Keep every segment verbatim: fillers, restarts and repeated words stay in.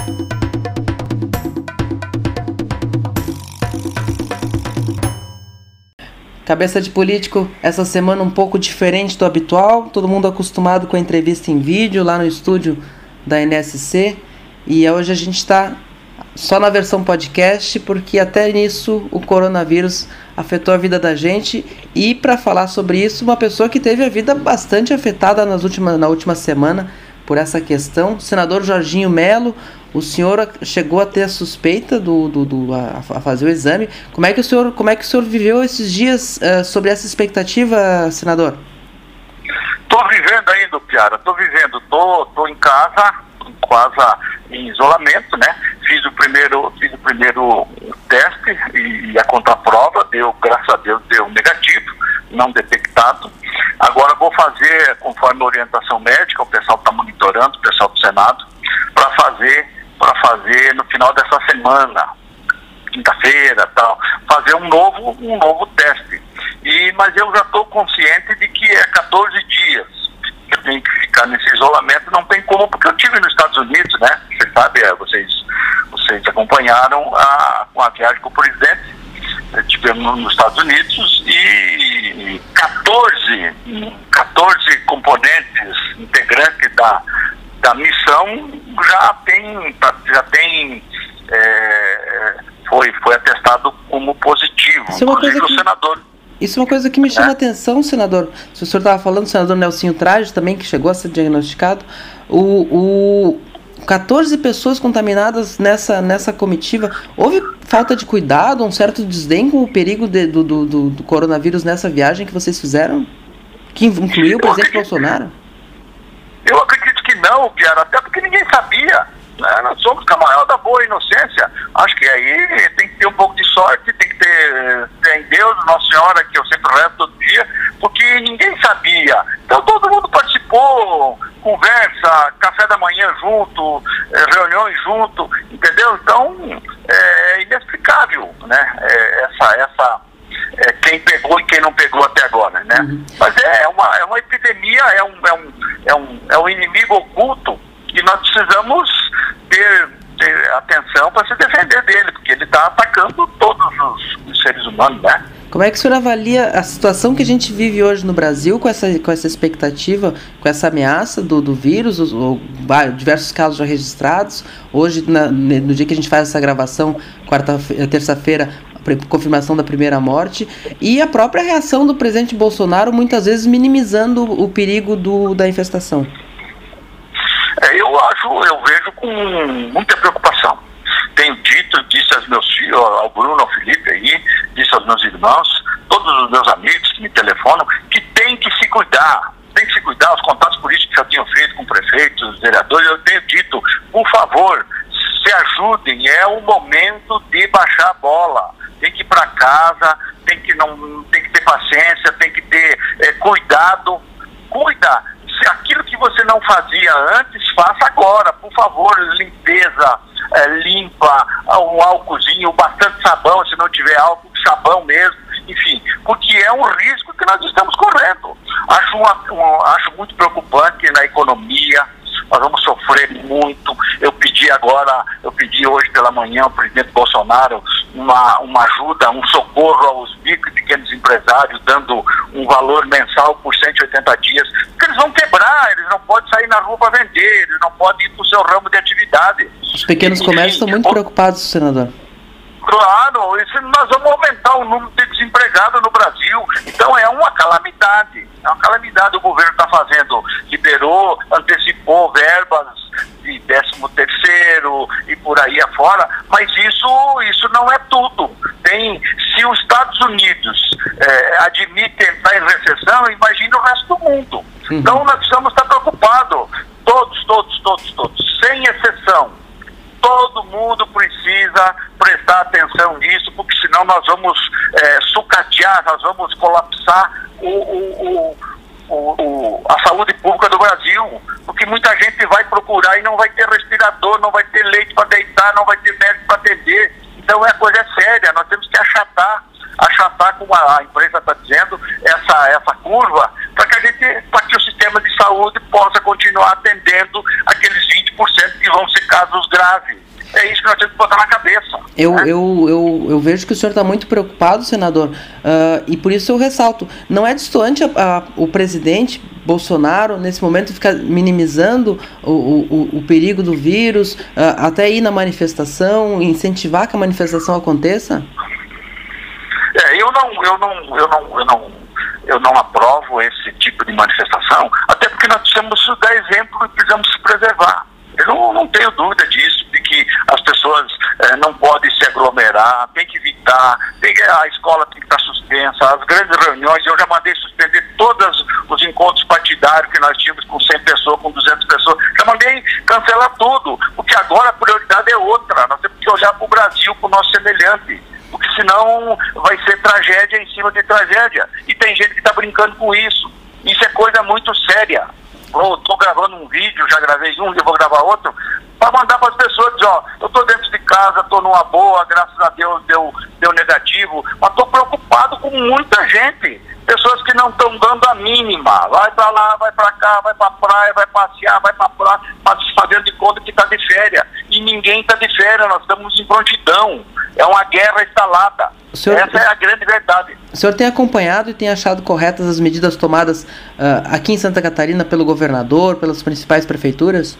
Cabeça de Político, essa semana um pouco diferente do habitual, todo mundo acostumado com a entrevista em vídeo lá no estúdio da N S C, e hoje a gente está só na versão podcast, porque até nisso o coronavírus afetou a vida da gente, e para falar sobre isso, uma pessoa que teve a vida bastante afetada nas últimas, na última semana por essa questão, o senador Jorginho Melo. O senhor chegou a ter a suspeita do, do, do a, a fazer o exame. Como é que o senhor, como é que o senhor viveu esses dias uh, sobre essa expectativa, senador? Tô vivendo ainda, Piara, tô vivendo, tô, tô em casa, quase em isolamento, né? Fiz o primeiro, fiz o primeiro teste e, e a contraprova deu, graças a Deus, deu negativo, não detectado. Agora vou fazer, conforme a orientação médica, o pessoal está monitorando, o pessoal do Senado, para fazer para fazer no final dessa semana, quinta-feira, tal, fazer um novo, um novo teste. E, mas eu já estou consciente de que é quatorze dias que eu tenho que ficar nesse isolamento, não tem como, porque eu estive nos Estados Unidos, né? Você sabe, vocês, vocês acompanharam a, a viagem com o presidente, estivemos nos Estados Unidos e quatorze, quatorze componentes integrantes da da missão já tem, já tem é, foi, foi atestado como positivo, isso é uma coisa que, o senador. Isso é uma coisa que me chama é. a atenção, senador. Se o senhor estava falando, o senador Nelsinho Trade também, que chegou a ser diagnosticado, o, o quatorze pessoas contaminadas nessa, nessa comitiva. Houve falta de cuidado, um certo desdém com o perigo de, do, do, do, do coronavírus nessa viagem que vocês fizeram? Que incluiu o presidente Bolsonaro? Eu acredito que não, Piara, até porque ninguém sabia, né? Nós somos com a maior da boa inocência. Acho que aí tem que ter um pouco de sorte, tem que ter, ter em Deus, Nossa Senhora, que eu sempre rezo todo dia, porque ninguém sabia. Então todo mundo participou, conversa, café da manhã junto, reuniões junto, entendeu? Então é inexplicável, né? É, essa, essa É, quem pegou e quem não pegou até agora, né? Uhum. Mas é uma, é uma epidemia, é um, é, um, é, um, é um inimigo oculto que nós precisamos ter, ter atenção para se defender dele, porque ele está atacando todos os, os seres humanos, né? Como é que o senhor avalia a situação que a gente vive hoje no Brasil com essa, com essa expectativa, com essa ameaça do, do vírus, os, os, diversos casos já registrados, hoje, na, no dia que a gente faz essa gravação, quarta, terça-feira, confirmação da primeira morte, e a própria reação do presidente Bolsonaro, muitas vezes minimizando o perigo do, da infestação? É, eu acho, eu vejo com muita preocupação. Tenho dito, disse aos meus filhos, ao Bruno, ao Felipe aí, disse aos meus irmãos, todos os meus amigos que me telefonam, que tem que se cuidar, tem que se cuidar, os contatos políticos que eu tenho feito com prefeitos, vereadores, eu tenho dito, por favor, se ajudem, é o momento de baixar a bola. Tem que ir para casa, tem que, não, tem que ter paciência, tem que ter é, cuidado. Cuida. Se aquilo que você não fazia antes, faça agora. Por favor, limpeza, é, limpa, um álcoolzinho, bastante sabão, se não tiver álcool, sabão mesmo. Enfim, porque é um risco que nós estamos correndo. Acho, uma, um, acho muito preocupante na economia. Nós vamos sofrer muito. Eu pedi agora, eu pedi hoje pela manhã ao presidente Bolsonaro uma, uma ajuda, um socorro aos micro e pequenos empresários, dando um valor mensal por cento e oitenta dias, porque eles vão quebrar, eles não podem sair na rua para vender, eles não podem ir para o seu ramo de atividade. Os pequenos comércios estão muito preocupados, senador. Claro, isso, nós vamos aumentar o número de desempregados no Brasil. Então é uma calamidade. É uma calamidade. O governo está fazendo, liberou, antecipou verbas de décimo terceiro e por aí afora, mas isso, isso não é tudo. Tem, se os Estados Unidos é, admitem entrar em recessão, imagine o resto do mundo. Uhum. Então nós precisamos estar preocupados. Todos, todos, todos, todos, sem exceção. Todo mundo precisa prestar atenção nisso, porque senão nós vamos é, sucatear, nós vamos colapsar o, o, o, o, a saúde pública do Brasil, porque muita gente vai procurar e não vai ter respirador, não vai ter leite para deitar, não vai ter médico para atender. Então é coisa séria, nós temos que achatar, achatar, como a, a empresa está dizendo, essa, essa curva, para que a gente, para que o sistema de saúde saúde possa continuar atendendo aqueles vinte por cento que vão ser casos graves. É isso que nós temos que botar na cabeça. Eu, né? eu, eu, eu vejo que o senhor está muito preocupado, senador, uh, e por isso eu ressalto. Não é distante a, a, o presidente Bolsonaro, nesse momento, ficar minimizando o, o, o perigo do vírus, uh, até ir na manifestação, incentivar que a manifestação aconteça? É, eu não, eu não, eu não, eu não, eu não aprovo esse tipo de manifestação, até porque nós precisamos dar exemplo e precisamos se preservar. Eu não, não tenho dúvida disso, de que as pessoas eh, não podem se aglomerar, tem que evitar, tem que, a escola tem que estar suspensa, as grandes reuniões, eu já mandei suspender todos os encontros partidários que nós tínhamos com cem pessoas, com duzentas pessoas, já mandei cancelar tudo, porque agora a prioridade é outra, nós temos que olhar para o Brasil, para o nosso semelhante, porque senão vai ser tragédia em cima de tragédia, e tem gente que está brincando com isso, isso é coisa muito séria. Eu estou gravando um vídeo, já gravei um e vou gravar outro, para mandar para as pessoas, dizer, ó, eu estou dentro de casa, estou numa boa, graças a Deus deu, deu negativo, mas estou preocupado com muita gente, pessoas que não estão dando a mínima, vai para lá, vai para cá, vai para a praia, vai passear, vai para a praia, mas fazendo de conta que está de férias, e ninguém está de férias, nós estamos em prontidão, é uma guerra instalada. Senhor, essa é a grande verdade. O senhor tem acompanhado e tem achado corretas as medidas tomadas uh, aqui em Santa Catarina pelo governador, pelas principais prefeituras?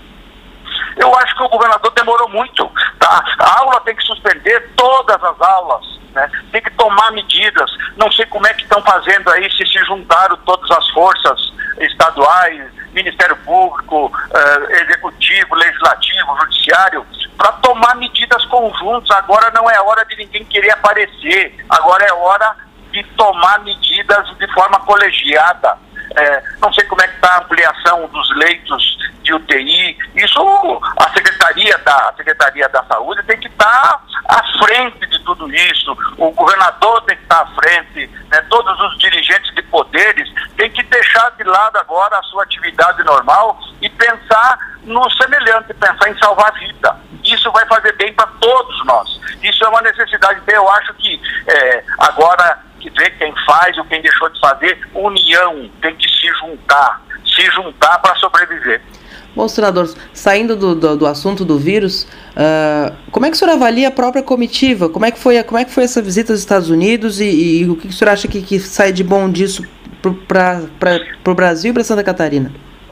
Eu acho que o governador demorou muito. Tá? A aula tem que suspender todas as aulas, né? Tem que tomar medidas. Não sei como é que estão fazendo aí, se se juntaram todas as forças estaduais, Ministério Público, uh, Executivo, Legislativo, Judiciário, para tomar medidas conjuntas. Agora não é hora de ninguém querer aparecer, agora é hora de tomar medidas de forma colegiada. É, não sei como é que está a ampliação dos leitos de U T I, isso a Secretaria da, a Secretaria da Saúde tem que estar à frente de tudo isso, o governador tem que estar à frente, né, todos os dirigentes de poderes têm que deixar de lado agora a sua atividade normal e pensar no semelhante, pensar em salvar a vida. Isso vai fazer bem para todos nós, isso é uma necessidade. Então eu acho que é, agora que ver quem faz ou quem deixou de fazer, união, tem que se juntar, se juntar para sobreviver. Bom, senador, saindo do, do, do assunto do vírus, uh, como é que o senhor avalia a própria comitiva? Como é que foi, como é que foi essa visita aos Estados Unidos e, e o que o senhor acha que, que sai de bom disso para o Brasil e para Santa Catarina?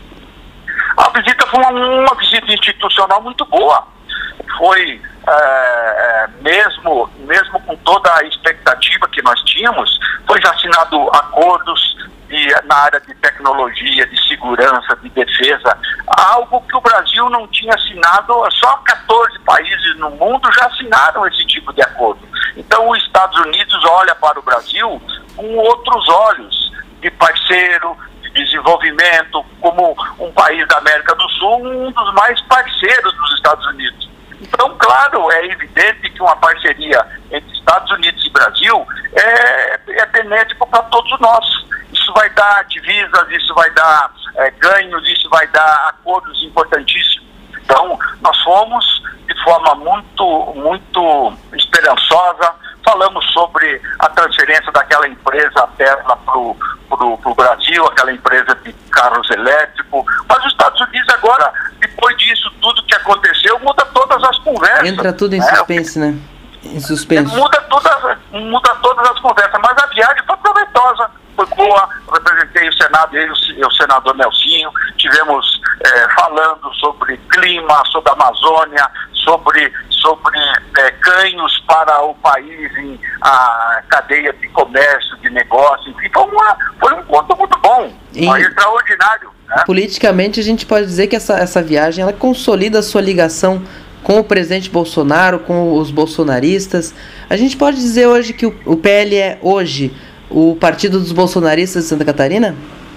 A visita foi uma, uma visita institucional muito boa. Foi, é, é, mesmo, mesmo com toda a expectativa que nós tínhamos, foi assinado acordos de, na área de tecnologia, de segurança, de defesa, algo que o Brasil não tinha assinado, só quatorze países no mundo já assinaram esse tipo de acordo. Então os Estados Unidos olham para o Brasil com outros olhos, de parceiro, de desenvolvimento, como um país da América do Sul, um dos mais parceiros dos Estados Unidos. Então, claro, é evidente que uma parceria entre Estados Unidos e Brasil é, é benéfico para todos nós. Isso vai dar divisas, isso vai dar é, ganhos, isso vai dar acordos importantíssimos. Então, nós fomos de forma muito, muito esperançosa, falamos sobre a transferência daquela empresa Tesla para o Brasil, aquela empresa de carros elétricos, mas os Estados Unidos agora, depois disso tudo que aconteceu, muda todas as conversas. Entra tudo em suspense, né? Em suspense. Muda todas, muda todas as conversas, mas a viagem foi proveitosa, foi boa, eu representei o Senado, eu e o senador Nelsinho, tivemos é, falando sobre clima, sobre a Amazônia, sobre, sobre é, ganhos para o país em a cadeia de comércio, de negócio, enfim, foi, uma, foi um ponto muito bom, e foi extraordinário. Né? Politicamente a gente pode dizer que essa, essa viagem ela consolida a sua ligação com o presidente Bolsonaro, com os bolsonaristas. A gente pode dizer hoje que o, o P L é hoje o partido dos bolsonaristas de Santa Catarina?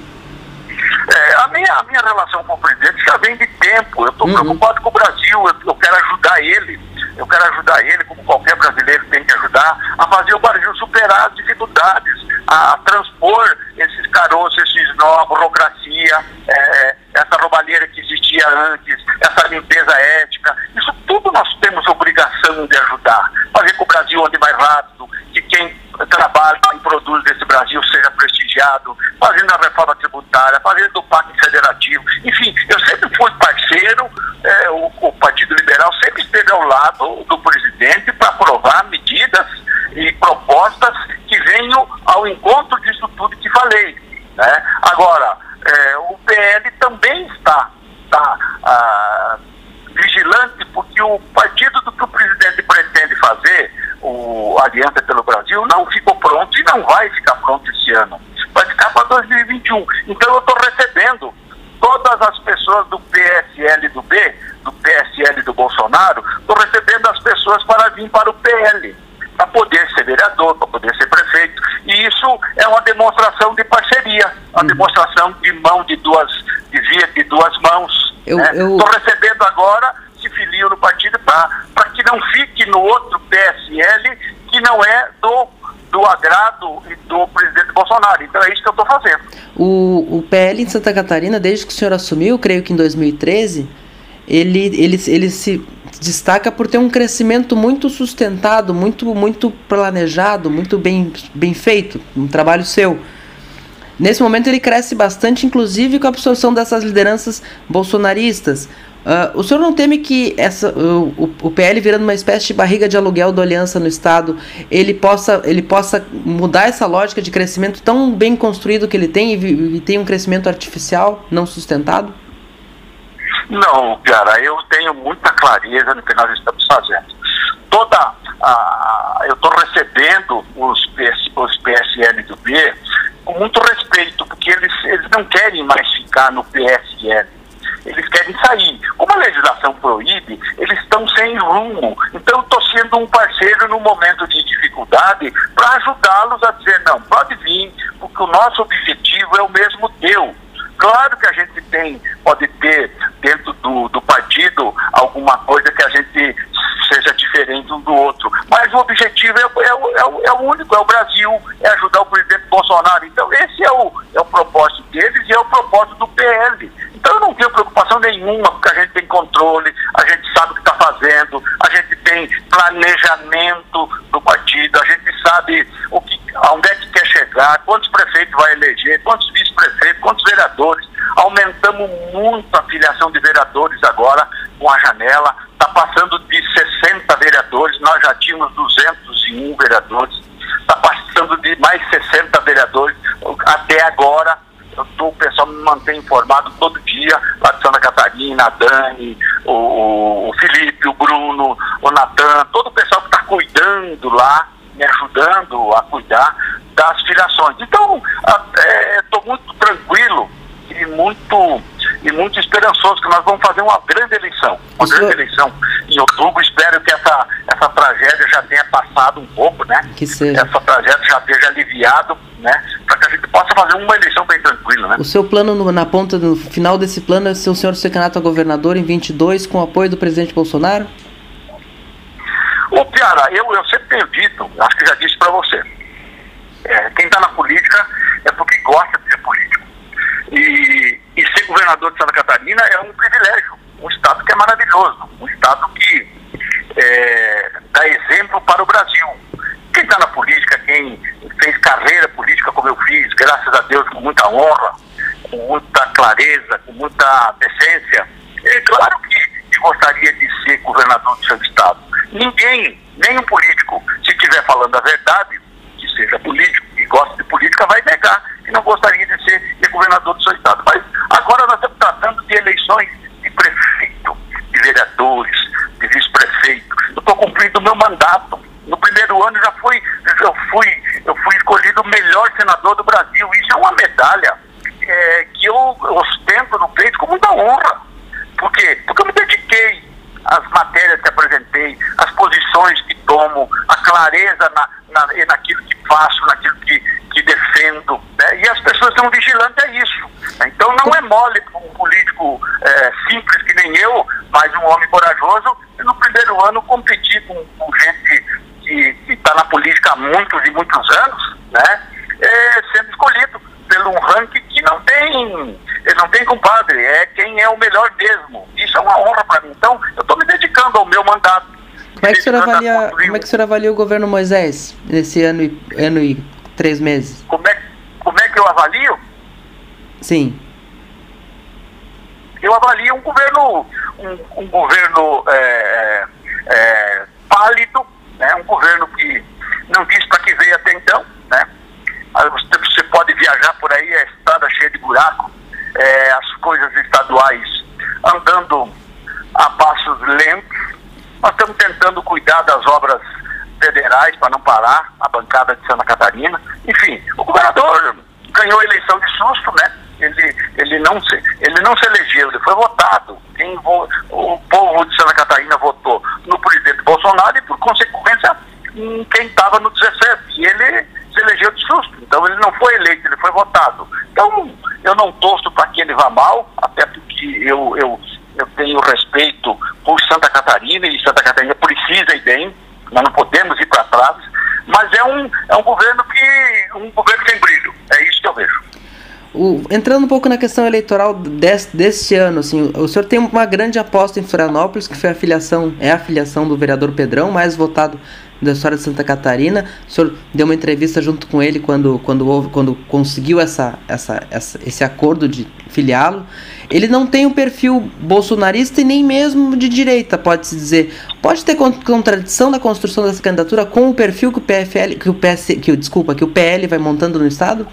É, a, minha, a minha relação com o presidente já vem de tempo. Eu estou uhum. preocupado com o Brasil, eu, eu quero ajudar ele. Eu quero ajudar ele, como qualquer brasileiro tem que ajudar, a fazer o Brasil superar as dificuldades, a transpor esses caroços, esses nós, burocracia, é, essa roubalheira que existia antes, essa limpeza ética. Isso tudo nós temos obrigação de ajudar. Fazer com o Brasil ande mais rápido, que quem trabalha e produz desse Brasil seja prestigiado, fazendo a reforma tributária, fazendo o Pacto Federativo esteve ao lado do presidente para aprovar medidas e propostas que venham ao encontro disso tudo que falei, né? Agora, é, o P L também está, está ah, vigilante, porque o partido do que o presidente pretende fazer, o Aliança pelo Brasil, não ficou pronto e não vai ficar pronto esse ano. Vai ficar para dois mil e vinte e um. Então eu estou recebendo todas as pessoas do P S L do B, do P S L do Bolsonaro, estou recebendo as pessoas para vir para o P L, para poder ser vereador, para poder ser prefeito. E isso é uma demonstração de parceria, uma hum. demonstração de mão de duas, de via de duas mãos. Estou né? eu... recebendo agora, se filiam no partido para que não fique no outro P S L que não é do, do agrado e do presidente Bolsonaro. Então é isso que eu estou fazendo. O, o P L em Santa Catarina, desde que o senhor assumiu, creio que em dois mil e treze, ele, ele, ele se destaca por ter um crescimento muito sustentado, muito, muito planejado, muito bem, bem feito, um trabalho seu. Nesse momento ele cresce bastante, inclusive com a absorção dessas lideranças bolsonaristas. Uh, o senhor não teme que essa, uh, o, o P L virando uma espécie de barriga de aluguel do Aliança no Estado, ele possa, ele possa mudar essa lógica de crescimento tão bem construído que ele tem e, e tem um crescimento artificial, não sustentado? Não, Piara, eu tenho muita clareza no que nós estamos fazendo. Toda a, eu estou recebendo os, os P S L do B com muito respeito, porque eles, eles não querem mais ficar no P S L. Eles querem sair. Como a legislação proíbe, eles estão sem rumo. Então, eu estou sendo um parceiro no momento de dificuldade para ajudá-los a dizer, não, pode vir, porque o nosso objetivo é o mesmo teu. Claro que a gente tem, pode ter dentro do, do partido alguma coisa que a gente seja diferente um do outro, mas o objetivo é, é, é, o, é o único, é o Brasil, é ajudar o presidente Bolsonaro. Então esse é o, é o propósito deles e é o propósito do P L. Então eu não tenho preocupação nenhuma, porque a gente tem controle, a gente sabe o que está fazendo, a gente tem planejamento do partido, a gente sabe o que, aonde é que quer chegar, quantos prefeitos vai eleger, quantos vice-prefeitos, quantos vereadores. Aumentamos muito a filiação de vereadores agora com a janela, está passando de sessenta vereadores, nós já tínhamos duzentos e um vereadores, está passando de mais sessenta vereadores até agora. Eu tô, o pessoal me mantém informado todo dia, lá de Santa Catarina, a Dani, o, o Felipe, o Bruno, o Natan, todo o pessoal que está cuidando lá, me ajudando a cuidar das filiações. Então, estou é, muito tranquilo e muito, e muito esperançoso que nós vamos fazer uma grande eleição. Uma Isso... grande eleição em outubro. Espero que essa, essa tragédia já tenha passado um pouco, né? Que seja. Essa tragédia já esteja aliviado, né? Para que a gente possa fazer uma eleição bem tranquila, né? O seu plano, no, na ponta, no final desse plano, é ser o senhor ser candidato a governador em vinte e dois com o apoio do presidente Bolsonaro? Ô, Piara, eu, eu sempre tenho dito, acho que já disse para você, é, quem está na política é porque gosta de ser político. E, e ser governador de Santa Catarina é um privilégio, um estado que é maravilhoso, um estado que é, dá exemplo para o Brasil. Quem está na política, quem fez carreira política como eu fiz, graças a Deus, com muita honra, com muita clareza, com muita decência, é claro que, que gostaria de ser governador do seu estado. Ninguém, nenhum político, se estiver falando a verdade, que seja político, que gosta de política, vai negar que não gostaria de ser de governador do seu estado. Mas agora nós estamos tratando de eleições de prefeito, de vereadores, de vice-prefeito. Eu estou cumprindo o meu mandato. No primeiro ano já fui, eu fui, eu fui escolhido o melhor senador do Brasil. Isso é uma medalha é, que eu ostento no peito com muita honra. Por quê? Porque eu me dediquei às matérias que apresentei, às posições que tomo, a clareza na, na, naquilo que faço, naquilo que, que defendo, né? E as pessoas estão vigilantes a isso. Então não é mole para um político é, simples que nem eu, mas um homem corajoso, e no primeiro ano competir com, com gente que está na política há muitos e muitos anos, né? É, sendo escolhido pelo um ranking que não tem, não tem compadre, é quem é o melhor mesmo. Isso é uma honra para mim. Então, eu estou me dedicando ao meu mandato. Como é que o senhor avalia, como é que o senhor avalia o governo Moisés nesse ano e, ano e três meses? Como é, como é que eu avalio? Sim. Eu avalio um governo, um, um governo é, cuidar das obras federais para não parar a bancada de Santa Catarina. Enfim, o governador ganhou a eleição de susto, né? Ele, ele, não, se, ele não se elegeu, ele foi votado. Quem vo, o povo de Santa Catarina votou no presidente Bolsonaro e, por consequência, em quem estava no dezessete. E ele se elegeu de susto. Então, ele não foi eleito, ele foi votado. Então, eu não torço para que ele vá mal, até porque eu, eu, eu tenho respeito por Santa Catarina, e Santa Catarina precisa ir bem, nós não podemos ir para trás, mas é um, é um governo que um governo sem brilho, é isso que eu vejo. O, entrando um pouco na questão eleitoral deste, deste ano, assim, o senhor tem uma grande aposta em Florianópolis, que foi a filiação, é a filiação do vereador Pedrão, mais votado da história de Santa Catarina. O senhor deu uma entrevista junto com ele quando, quando, houve, quando conseguiu essa, essa, essa, esse acordo de filiá-lo. Ele não tem um perfil bolsonarista e nem mesmo de direita, pode-se dizer. Pode ter contradição na construção dessa candidatura com o perfil que o P F L, que o P S, que, desculpa, que o P L vai montando no estado?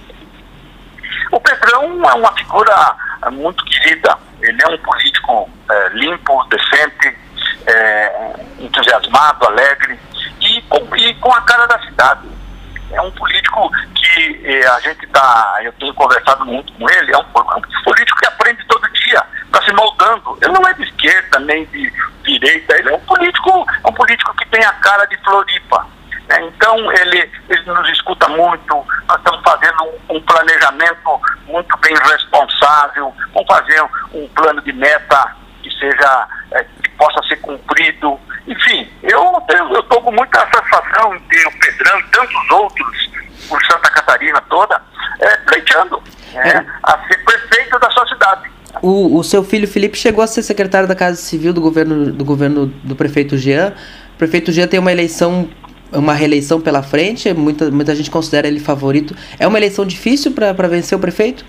O Pedrão é uma figura muito querida. Ele é um político é, limpo, decente, é, entusiasmado, alegre e com, e com a cara da cidade. É um político que eh, a gente tá, eu tenho conversado muito com ele, é um, um político que aprende todo dia, está se moldando. Ele não é de esquerda nem de direita, ele é um político, é um político que tem a cara de Floripa. Né? Então ele, ele nos escuta muito, nós estamos fazendo um, um planejamento muito bem responsável, vamos fazer um, um plano de meta que seja, eh, que possa ser cumprido. Enfim, eu estou com muita satisfação em ter o Pedrão e tantos outros por Santa Catarina toda é, pleiteando é, é. a ser prefeito da sua cidade. O, o seu filho Felipe chegou a ser secretário da Casa Civil do governo do, governo do prefeito Jean. O prefeito Jean tem uma eleição, uma reeleição pela frente, muita, muita gente considera ele favorito. É uma eleição difícil para vencer o prefeito?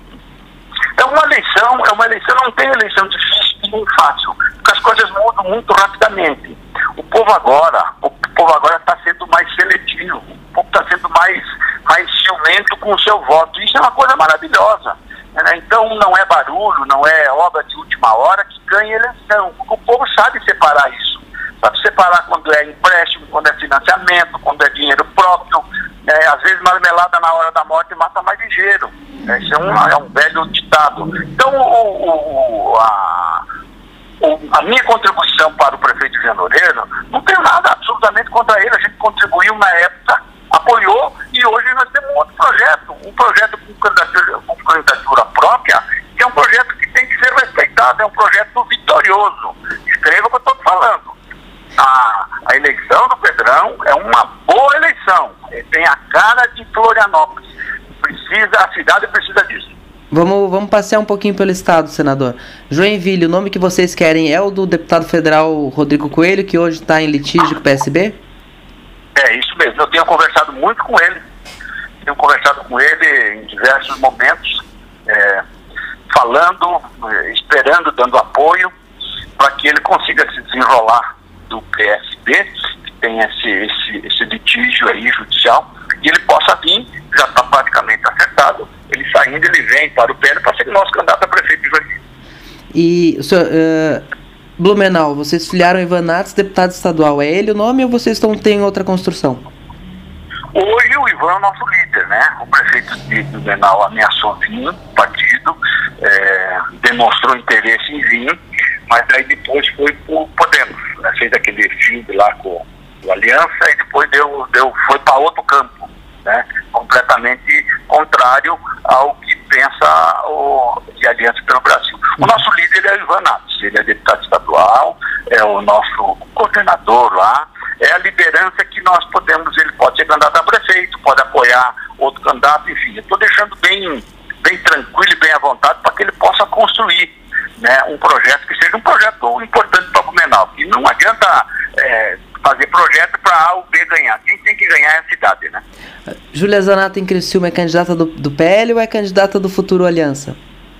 É uma eleição, é uma eleição, não tem eleição difícil e nem fácil, porque as coisas mudam muito rapidamente. O povo agora, o povo agora está sendo mais seletivo, o povo está sendo mais, mais ciumento com o seu voto. Isso é uma coisa maravilhosa. Né? Então não é barulho, não é obra de última hora que ganha eleição. O povo sabe separar isso. Sabe separar quando é empréstimo, quando é financiamento, quando é dinheiro próprio. É, às vezes marmelada na hora da morte mata mais ligeiro. É, isso é um, é um velho ditado. Então o, o, a, o, a minha contribuição para o prefeito Jean Loureiro não tem nada absolutamente contra ele. A gente contribuiu na época, apoiou, e hoje nós temos um outro projeto, um projeto com candidatura, com candidatura própria, que é um projeto que tem que ser respeitado, é um projeto vitorioso. Escreva o que eu estou falando. A, a eleição do Pedrão é uma boa eleição. Ele tem a cara de Florianópolis. Precisa, a cidade precisa disso. Vamos, vamos passear um pouquinho pelo estado, senador. Joinville, o nome que vocês querem é o do deputado federal Rodrigo Coelho, que hoje está em litígio com o P S B? É, isso mesmo. Eu tenho conversado muito com ele. Tenho conversado com ele em diversos momentos, é, falando, esperando, dando apoio para que ele consiga se desenrolar do P S B, que tem esse, esse, esse litígio aí judicial, e ele possa vir, já está praticamente acertado, ele saindo, ele vem para o P L para ser nosso candidato a prefeito de Joinville. E o senhor, uh, Blumenau, vocês filiaram Ivan Nats, deputado estadual, é ele o nome ou vocês estão, têm outra construção? Hoje o Ivan é o nosso líder, né? O prefeito de Blumenau ameaçou vir, o partido é, demonstrou interesse em vir, mas aí depois foi por Podemos, né? Fez aquele filme lá com o Aliança e depois deu, deu, foi para outro campo, né? Completamente contrário ao que pensa o, de Aliança pelo Brasil. O nosso líder é o Ivan Nats, ele é deputado estadual, é o nosso coordenador lá, é a liderança que nós podemos, ele pode ser candidato a prefeito, pode apoiar outro candidato, enfim, eu estou deixando bem, bem tranquilo e bem à vontade para que ele possa construir, né, um projeto que seja um projeto importante para o Blumenau. E não adianta é, fazer projeto para A ou B ganhar. Quem tem que ganhar é a cidade, né? Júlia Zanatta em Criciúma é candidata do, do P L ou é candidata do Futuro Aliança?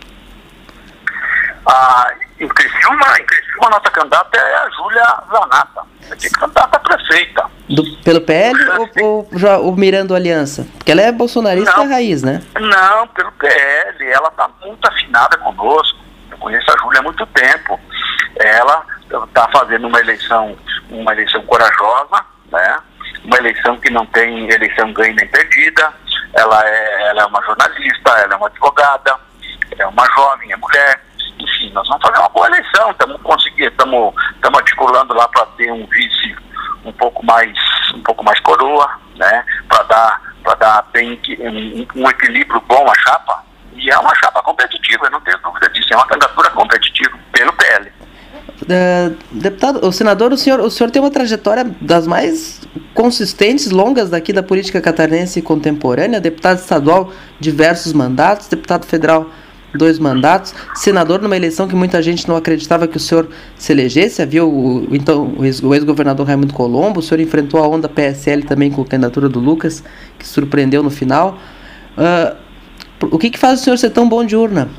Ah, em Criciúma, em Criciúma a nossa candidata é a Júlia Zanatta. É candidata a prefeita. Do, pelo P L ou, ou, ou, ou mirando Aliança? Porque ela é bolsonarista não, raiz, né? Não, pelo P L. Ela está muito afinada conosco. Eu conheço a Júlia há muito tempo. Ela está fazendo uma eleição uma eleição corajosa, né? Uma eleição que não tem eleição ganha nem perdida. Ela é, ela é uma jornalista, ela é uma advogada, é uma jovem, é mulher. Enfim, nós vamos fazer uma boa eleição, estamos conseguindo, estamos articulando lá para ter um vice um pouco mais, um pouco mais coroa, né? Para dar, para dar bem um, um equilíbrio bom à chapa. E é uma chapa competitiva, eu não tenho dúvida disso, é uma candidatura competitiva pelo P L. Uh, deputado, o senador, o senhor, o senhor tem uma trajetória das mais consistentes, longas daqui da política catarinense contemporânea, deputado estadual, diversos mandatos, deputado federal, dois mandatos, senador numa eleição que muita gente não acreditava que o senhor se elegesse, havia o, o, então, o ex-governador Raimundo Colombo, o senhor enfrentou a onda P S L também com a candidatura do Lucas, que surpreendeu no final. Uh, o que que faz o senhor ser tão bom de urna?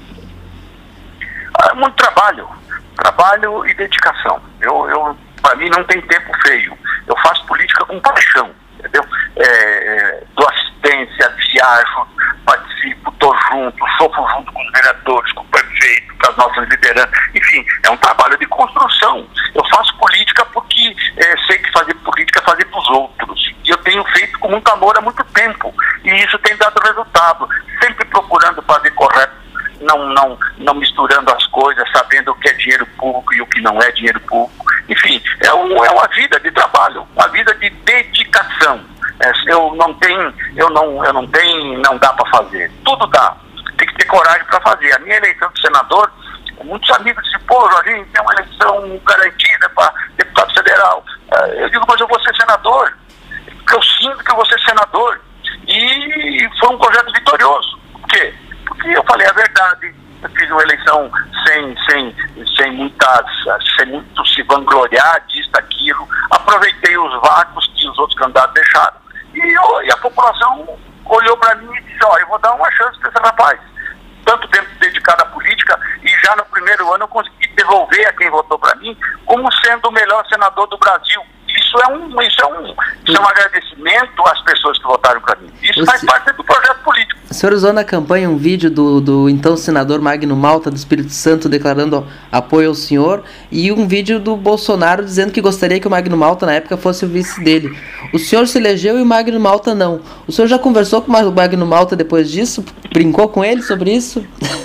É muito trabalho. Trabalho e dedicação. Eu, eu, para mim não tem tempo feio. Eu faço política com paixão, entendeu? É, é, dou assistência, viajo, participo, estou junto, sofro junto com os vereadores, com o prefeito, com as nossas lideranças. Enfim, é um trabalho de construção. Eu faço política porque é, sei que fazer política é fazer para os outros. E eu tenho feito com muito amor há muito tempo. E isso tem dado resultado. Sempre procurando fazer correto. Não, não, não misturando as coisas, sabendo o que é dinheiro público e o que não é dinheiro público. Enfim, é, um, é uma vida de trabalho, uma vida de dedicação. É, eu não tenho, eu não, eu não tenho, não dá para fazer. Tudo dá. Tem que ter coragem para fazer. A minha eleição de senador, muitos amigos dizem, pô, Jorginho, tem uma eleição garantida para deputado federal. Eu digo, mas eu vou ser senador. Porque eu sinto que eu vou ser senador. E foi um projeto vitorioso. Por quê? Porque eu falei a verdade, eu fiz uma eleição sem, sem, sem, muitas, sem muito se vangloriar disso, daquilo, aproveitei os vácuos que os outros candidatos deixaram, e, eu, e a população olhou para mim e disse, ó, eu vou dar uma chance para esse rapaz. Tanto tempo dedicado à política, e já no primeiro ano eu consegui devolver a quem votou para mim como sendo o melhor senador do Brasil. Isso é um, isso é um, isso é um agradecimento às pessoas que votaram para mim. Isso faz parte do projeto político. O senhor usou na campanha um vídeo do, do então senador Magno Malta do Espírito Santo declarando apoio ao senhor e um vídeo do Bolsonaro dizendo que gostaria que o Magno Malta na época fosse o vice dele. O senhor se elegeu e o Magno Malta não. O senhor já conversou com o Magno Malta depois disso? Brincou com ele sobre isso?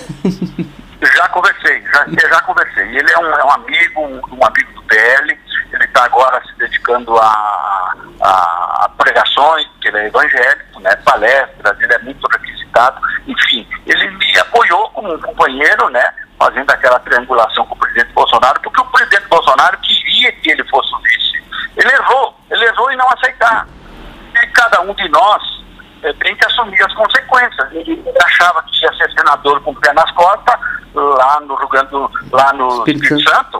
Já conversei, já, já conversei. Ele é um, é um amigo, um, um amigo do P L. Ele está agora se dedicando a, a, a pregações, porque ele é evangélico, né, palestras, ele é muito requisitado. Enfim, ele me apoiou como um companheiro, né, fazendo aquela triangulação com o presidente Bolsonaro, porque o presidente Bolsonaro queria que ele fosse o vice. Ele errou, ele errou em não aceitar. E cada um de nós é, tem que assumir as consequências. Ele achava que ia ser senador com o pé nas costas, lá no Rio Grande do, lá no Espírito, Espírito Santo,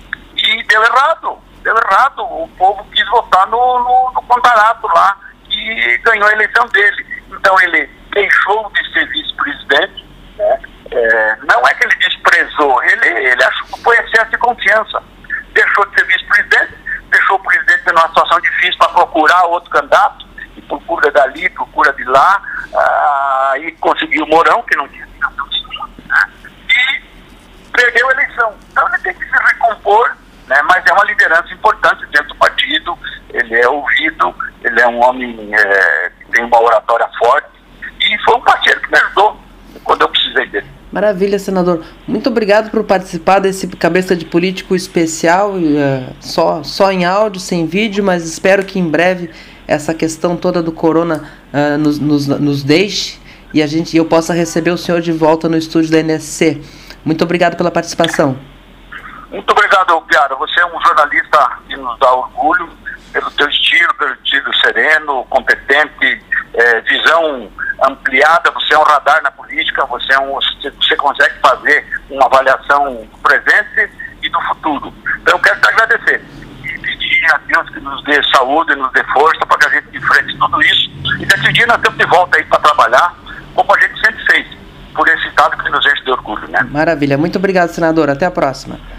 e deu errado. Deu errado, o povo quis votar no, no, no Contarato lá e ganhou a eleição dele. Então ele deixou de ser vice-presidente, né? É, não é que ele desprezou, ele, ele achou que foi excesso de confiança. Deixou de ser vice-presidente, deixou o presidente numa situação difícil para procurar outro candidato, e procura dali, procura de lá, ah, e conseguiu o Mourão, que não tinha situação nenhuma, né? E perdeu a eleição. Então ele tem que se recompor. Né, mas é uma liderança importante dentro do partido, ele é ouvido, ele é um homem é, que tem uma oratória forte e foi um parceiro que me ajudou quando eu precisei dele. Maravilha, senador. Muito obrigado por participar desse Cabeça de Político especial, uh, só, só em áudio, sem vídeo, mas espero que em breve essa questão toda do corona uh, nos, nos, nos deixe e a gente, eu possa receber o senhor de volta no estúdio da N S C. Muito obrigado pela participação. Muito obrigado, Piara. Você é um jornalista que nos dá orgulho pelo teu estilo, pelo estilo sereno, competente, é, visão ampliada. Você é um radar na política, você, é um, você consegue fazer uma avaliação do presente e do futuro. Então eu quero te agradecer e pedir a Deus que nos dê saúde, nos dê força para que a gente enfrente tudo isso. E daqui dia nós estamos de volta aí para trabalhar, como a gente sempre fez, por esse estado que nos enche de orgulho, né? Maravilha. Muito obrigado, senador. Até a próxima.